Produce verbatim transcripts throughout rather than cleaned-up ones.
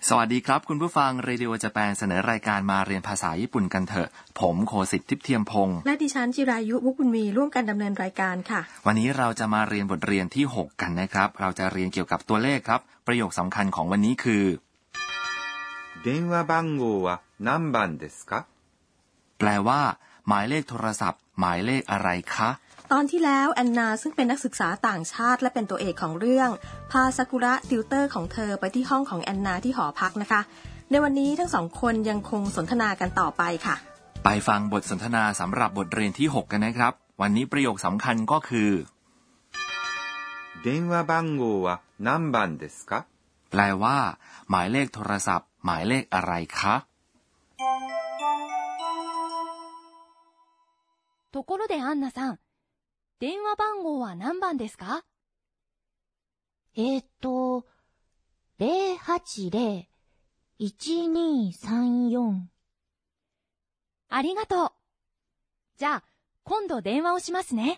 สวัสดีครับคุณผู้ฟังเรดิโอญี่ปุ่นเสนอรายการมาเรียนภาษาญี่ปุ่นกันเถอะผมโคสิทธิ์ทิพย์เทียมพงษ์และดิฉันจิรายุวุฒิบุญมีร่วมกันดำเนินรายการค่ะวันนี้เราจะมาเรียนบทเรียนที่หกกันนะครับเราจะเรียนเกี่ยวกับตัวเลขครับประโยคสำคัญของวันนี้คือ電話番号は何番ですかแปลว่าหมายเลขโทรศัพท์หมายเลขอะไรคะตอนที่แล้วแอนนาซึ่งเป็นนักศึกษาต่างชาติและเป็นตัวเอกของเรื่องพาซากุระติวเตอร์ของเธอไปที่ห้องของแอนนาที่หอพักนะคะในวันนี้ทั้งสองคนยังคงสนทนากันต่อไปค่ะไปฟังบทสนทนาสำหรับบทเรียนที่หกกันนะครับวันนี้ประโยคสำคัญก็คือ電話番号は何番ですかแปลว่าหมายเลขโทรศัพท์หมายเลขอะไรคะところでアンナさん電話番号は何番ですかえーっと、ゼロはちゼロ いちにさんよん。 ありがとう。じゃあ、今度電話をしますね。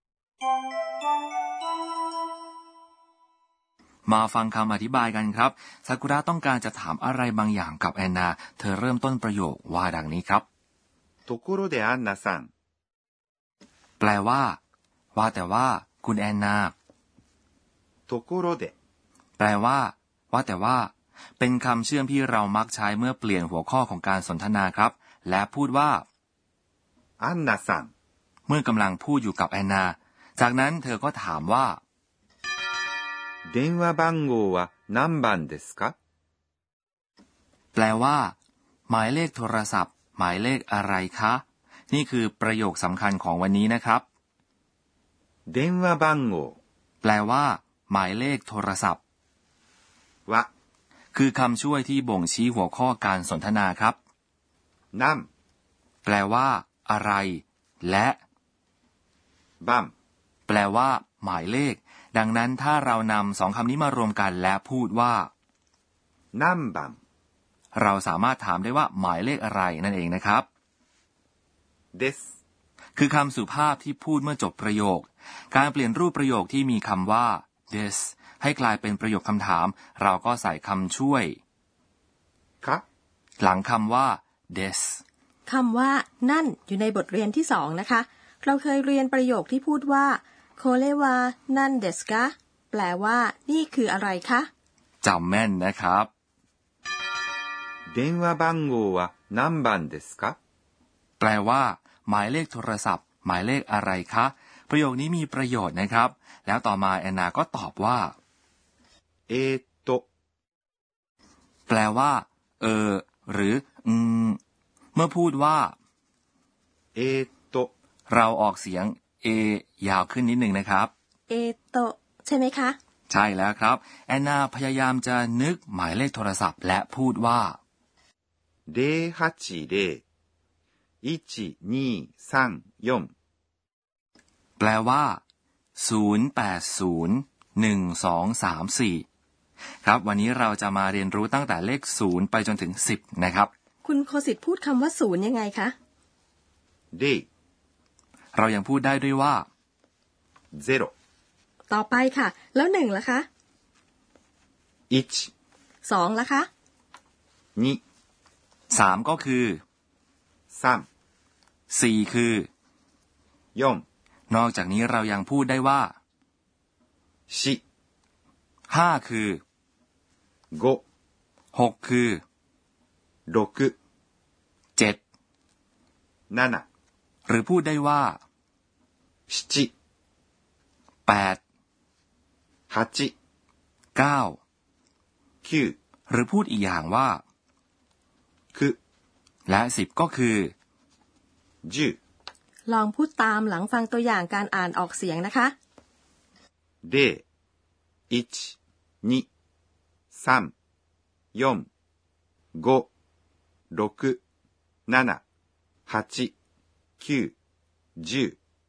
มาฟังคำอธิบายกันครับซากุระต้องการจะถามอะไรบางอย่างกับแอนนาเธอเริ่มต้นประโยคว่าดังนี้ครับところでアンナさんแปลว่าว่าแต่ว่าคุณแอนนาところでแปลว่าว่าแต่ว่าเป็นคำเชื่อมที่เรามักใช้เมื่อเปลี่ยนหัวข้อของการสนทนาครับและพูดว่าアンナさんเมื่อกำลังพูดอยู่กับแอนนาจากนั้นเธอก็ถามว่า電話番号は何番ですかแปลว่าหมายเลขโทรศัพท์หมายเลขอะไรคะนี่คือประโยคสำคัญของวันนี้นะครับ電話番号แปลว่าหมายเลขโทรศัพท์วะคือคำช่วยที่บ่งชี้หัวข้อการสนทนาครับนัมแปลว่าอะไรและบัมแปลว่าหมายเลขดังนั้นถ้าเรานำสองคำนี้มารวมกันและพูดว่านัมบัมเราสามารถถามได้ว่าหมายเลขอะไรนั่นเองนะครับเดสคือคำสุภาพที่พูดเมื่อจบประโยคการเปลี่ยนรูปประโยคที่มีคำว่า this ให้กลายเป็นประโยคคำถามเราก็ใส่คำช่วยคะหลังคำว่า this คำว่านั่นอยู่ในบทเรียนที่สองนะคะเราเคยเรียนประโยคที่พูดว่าโคเลวานั่นเดสกะแปลว่านี่คืออะไรคะจำแม่นนะครับ電話番号は何番ですかแปลว่าหมายเลขโทรศัพท์หมายเลขอะไรคะประโยคนี้มีประโยชน์นะครับแล้วต่อมาแอนนาก็ตอบว่าเอโตแปลว่าเออหรืออืมเมื่อพูดว่าเอโตเราออกเสียงเอยาวขึ้นนิดหนึ่งนะครับเอโตใช่ไหมคะใช่แล้วครับแอนนาพยายามจะนึกหมายเลขโทรศัพท์และพูดว่าゼロはちゼロ いちにさんよんแปลว่าศูนย์แปดศูนย์หนึ่งสองสามสี่ครับวันนี้เราจะมาเรียนรู้ตั้งแต่เลขศูนย์ไปจนถึงสิบนะครับคุณโคสิทธิ์พูดคำว่าศูนย์ยังไงคะเดเรายังพูดได้ด้วยว่าゼロต่อไปค่ะแล้วหนึ่งล่ะคะอิชสองล่ะคะนิสามก็คือซัมสี่คือยงนอกจากนี้เรายังพูดได้ว่าชิห้าคือโกหกคือหกเจ็ดนานะหรือพูดได้ว่าชิแปดฮัจิเก้าคิวหรือพูดอีกอย่างว่าคือและสิบก็คือจูลองพูดตามหลังฟังตัวอย่างการอ่านออกเสียงนะคะเดอิชนิซัมยอนโกหกนานะฮัจิคิวจู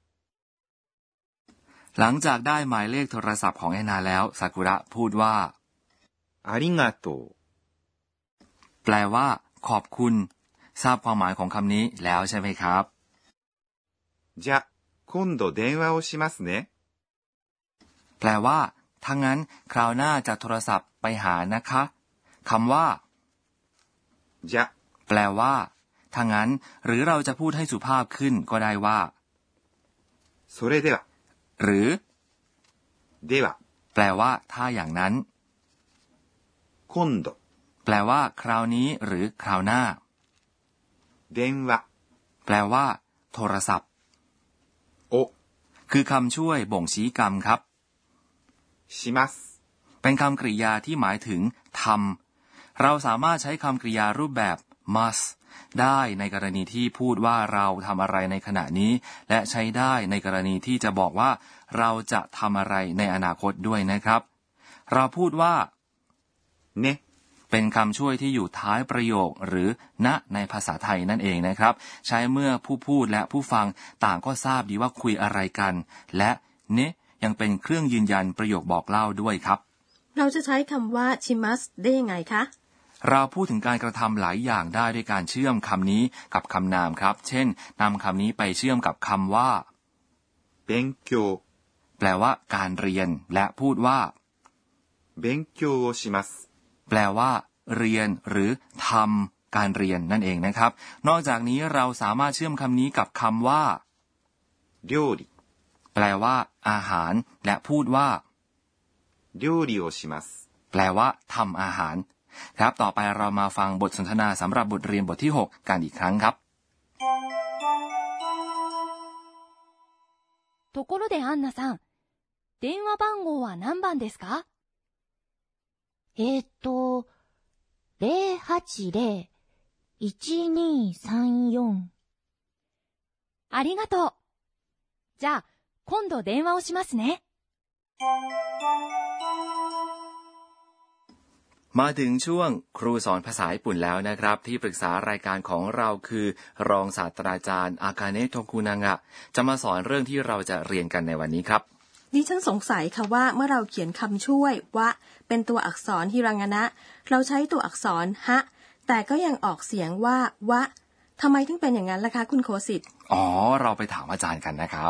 หลังจากได้หมายเลขโทรศัพท์ของแอนนาแล้วซากุระพูดว่าอาริงาโตแปลว่าขอบคุณทราบความหมายของคำนี้แล้วใช่ไหมครับじゃ今度電話をしますねแปลว่าถ้างั้นคราวหน้าจะโทรศัพท์ไปหานะคะคำว่าじゃแปลว่าถ้างั้นหรือเราจะพูดให้สุภาพขึ้นก็ได้ว่าそれではหรือではแปลว่าถ้าอย่างนั้น今度แปลว่าคราวนี้หรือคราวหน้า電話แปลว่าโทรศัพท์โอคือคำช่วยบ่งชี้กรรมครับしますเป็นคำกริยาที่หมายถึงทำเราสามารถใช้คำกริยารูปแบบ must ได้ในกรณีที่พูดว่าเราทำอะไรในขณะนี้และใช้ได้ในกรณีที่จะบอกว่าเราจะทำอะไรในอนาคตด้วยนะครับเราพูดว่าเนเป็นคำช่วยที่อยู่ท้ายประโยคหรือณในภาษาไทยนั่นเองนะครับใช้เมื่อผู้พูดและผู้ฟังต่างก็ทราบดีว่าคุยอะไรกันและเนยังเป็นเครื่องยืนยันประโยคบอกเล่าด้วยครับเราจะใช้คำว่าชิมัสได้ยังไงคะเราพูดถึงการกระทำหลายอย่างได้ด้วยการเชื่อมคำนี้กับคำนามครับเช่นนำคำนี้ไปเชื่อมกับคำว่า勉強แปลว่าการเรียนและพูดว่า勉強をしますแปลว่าเรียนหรือทำการเรียนนั่นเองนะครับนอกจากนี้เราสามารถเชื่อมคำนี้กับคำว่า料理แปลว่าอาหารและพูดว่า料理をしますแปลว่าทำอาหารครับต่อไปเรามาฟังบทสนทนาสำหรับบทเรียนบทที่หกกันอีกครั้งครับところでアンナさん、電話番号は何番ですか？ えーっと、ゼロはちゼロ いちにーさんよん。 ありがとう。じゃあ、今度電話をしますね。 มาถึงช่วงครูสอนภาษาญี่ปุ่นแล้วนะครับที่ปรึกษารายการของเราคือรองศาสตราจารย์อากาเนะโทคุนางะจะมาสอนเรื่องที่เราจะเรียนกันในวันนี้ครับดิฉันสงสัยค่ะว่าเมื่อเราเขียนคำช่วยวะเป็นตัวอักษรฮิรางานะเราใช้ตัวอักษรฮะแต่ก็ยังออกเสียงว่าวะทำไมถึงเป็นอย่างนั้นล่ะคะคุณโคสิทธิ์อ๋อเราไปถามอาจารย์กันนะครับ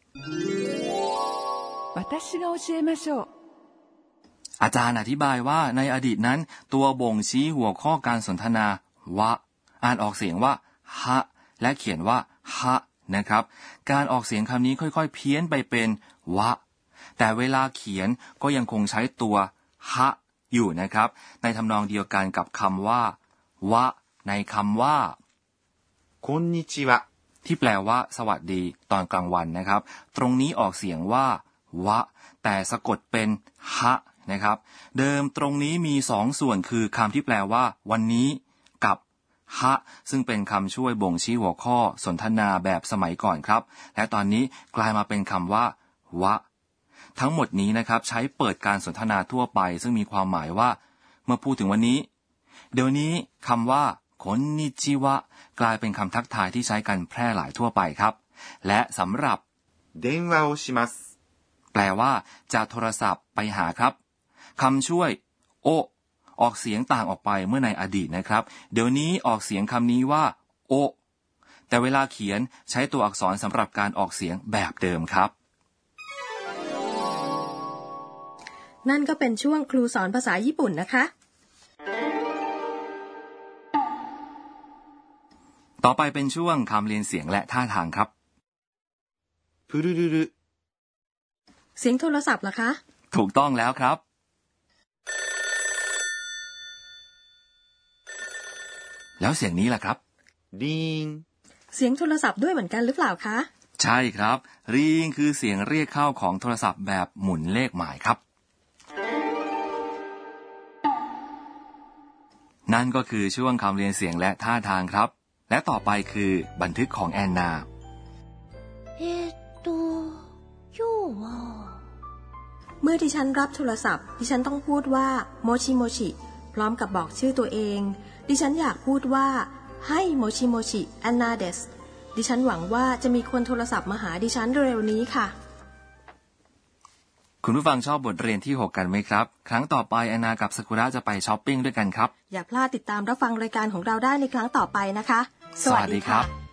私が教えましょうอาจารย์อธิบายว่าในอดีตนั้นตัวบ่งชี้หัวข้อการสนทนาวะอ่านออกเสียงว่าฮะและเขียนว่าฮะนะครับการออกเสียงคำนี้ค่อยๆเพี้ยนไปเป็นวะแต่เวลาเขียนก็ยังคงใช้ตัวฮะอยู่นะครับในทำนองเดียวกันกับคำว่าวะในคำว่าこんにちはที่แปลว่าสวัสดีตอนกลางวันนะครับตรงนี้ออกเสียงว่าวะแต่สะกดเป็นฮะนะครับเดิมตรงนี้มีสองส่วนคือคำที่แปลว่าวันนี้กับฮะซึ่งเป็นคำช่วยบ่งชี้หัวข้อสนทนาแบบสมัยก่อนครับและตอนนี้กลายมาเป็นคำว่าวะทั้งหมดนี้นะครับใช้เปิดการสนทนาทั่วไปซึ่งมีความหมายว่าเมื่อพูดถึงวันนี้เดี๋ยวนี้คำว่าคอนนิจิวะกลายเป็นคำทักทายที่ใช้กันแพร่หลายทั่วไปครับและสำหรับ電話をしますแปลว่าจะโทรศัพท์ไปหาครับคำช่วยโอออกเสียงต่างออกไปเมื่อในอดีตนะครับเดี๋ยวนี้ออกเสียงคำนี้ว่าโอแต่เวลาเขียนใช้ตัวอักษรสำหรับการออกเสียงแบบเดิมครับนั่นก็เป็นช่วงครูสอนภาษาญี่ปุ่นนะคะต่อไปเป็นช่วงคำเรียนเสียงและท่าทางครับプルルルเสียงโทรศัพท์เหรอคะถูกต้องแล้วครับแล้วเสียงนี้ล่ะครับリンเสียงโทรศัพท์ด้วยเหมือนกันหรือเปล่าคะใช่ครับริงคือเสียงเรียกเข้าของโทรศัพท์แบบหมุนเลขหมายครับนั่นก็คือช่วงคำเรียนเสียงและท่าทางครับและต่อไปคือบันทึกของแอนนาえーっと今日はเมื่อดิฉันรับโทรศัพท์ดิฉันต้องพูดว่าโมชิโมชิพร้อมกับบอกชื่อตัวเองดิฉันอยากพูดว่าให้โมชิโมชิแอนนาเดสดิฉันหวังว่าจะมีคนโทรศัพท์มาหาดิฉันเร็วนี้ค่ะคุณผู้ฟังชอบบทเรียนที่หกกันไหมครับครั้งต่อไปแอนนากับซากุระจะไปช้อปปิ้งด้วยกันครับอย่าพลาดติดตามรับฟังรายการของเราได้ในครั้งต่อไปนะคะสวัสดีครับ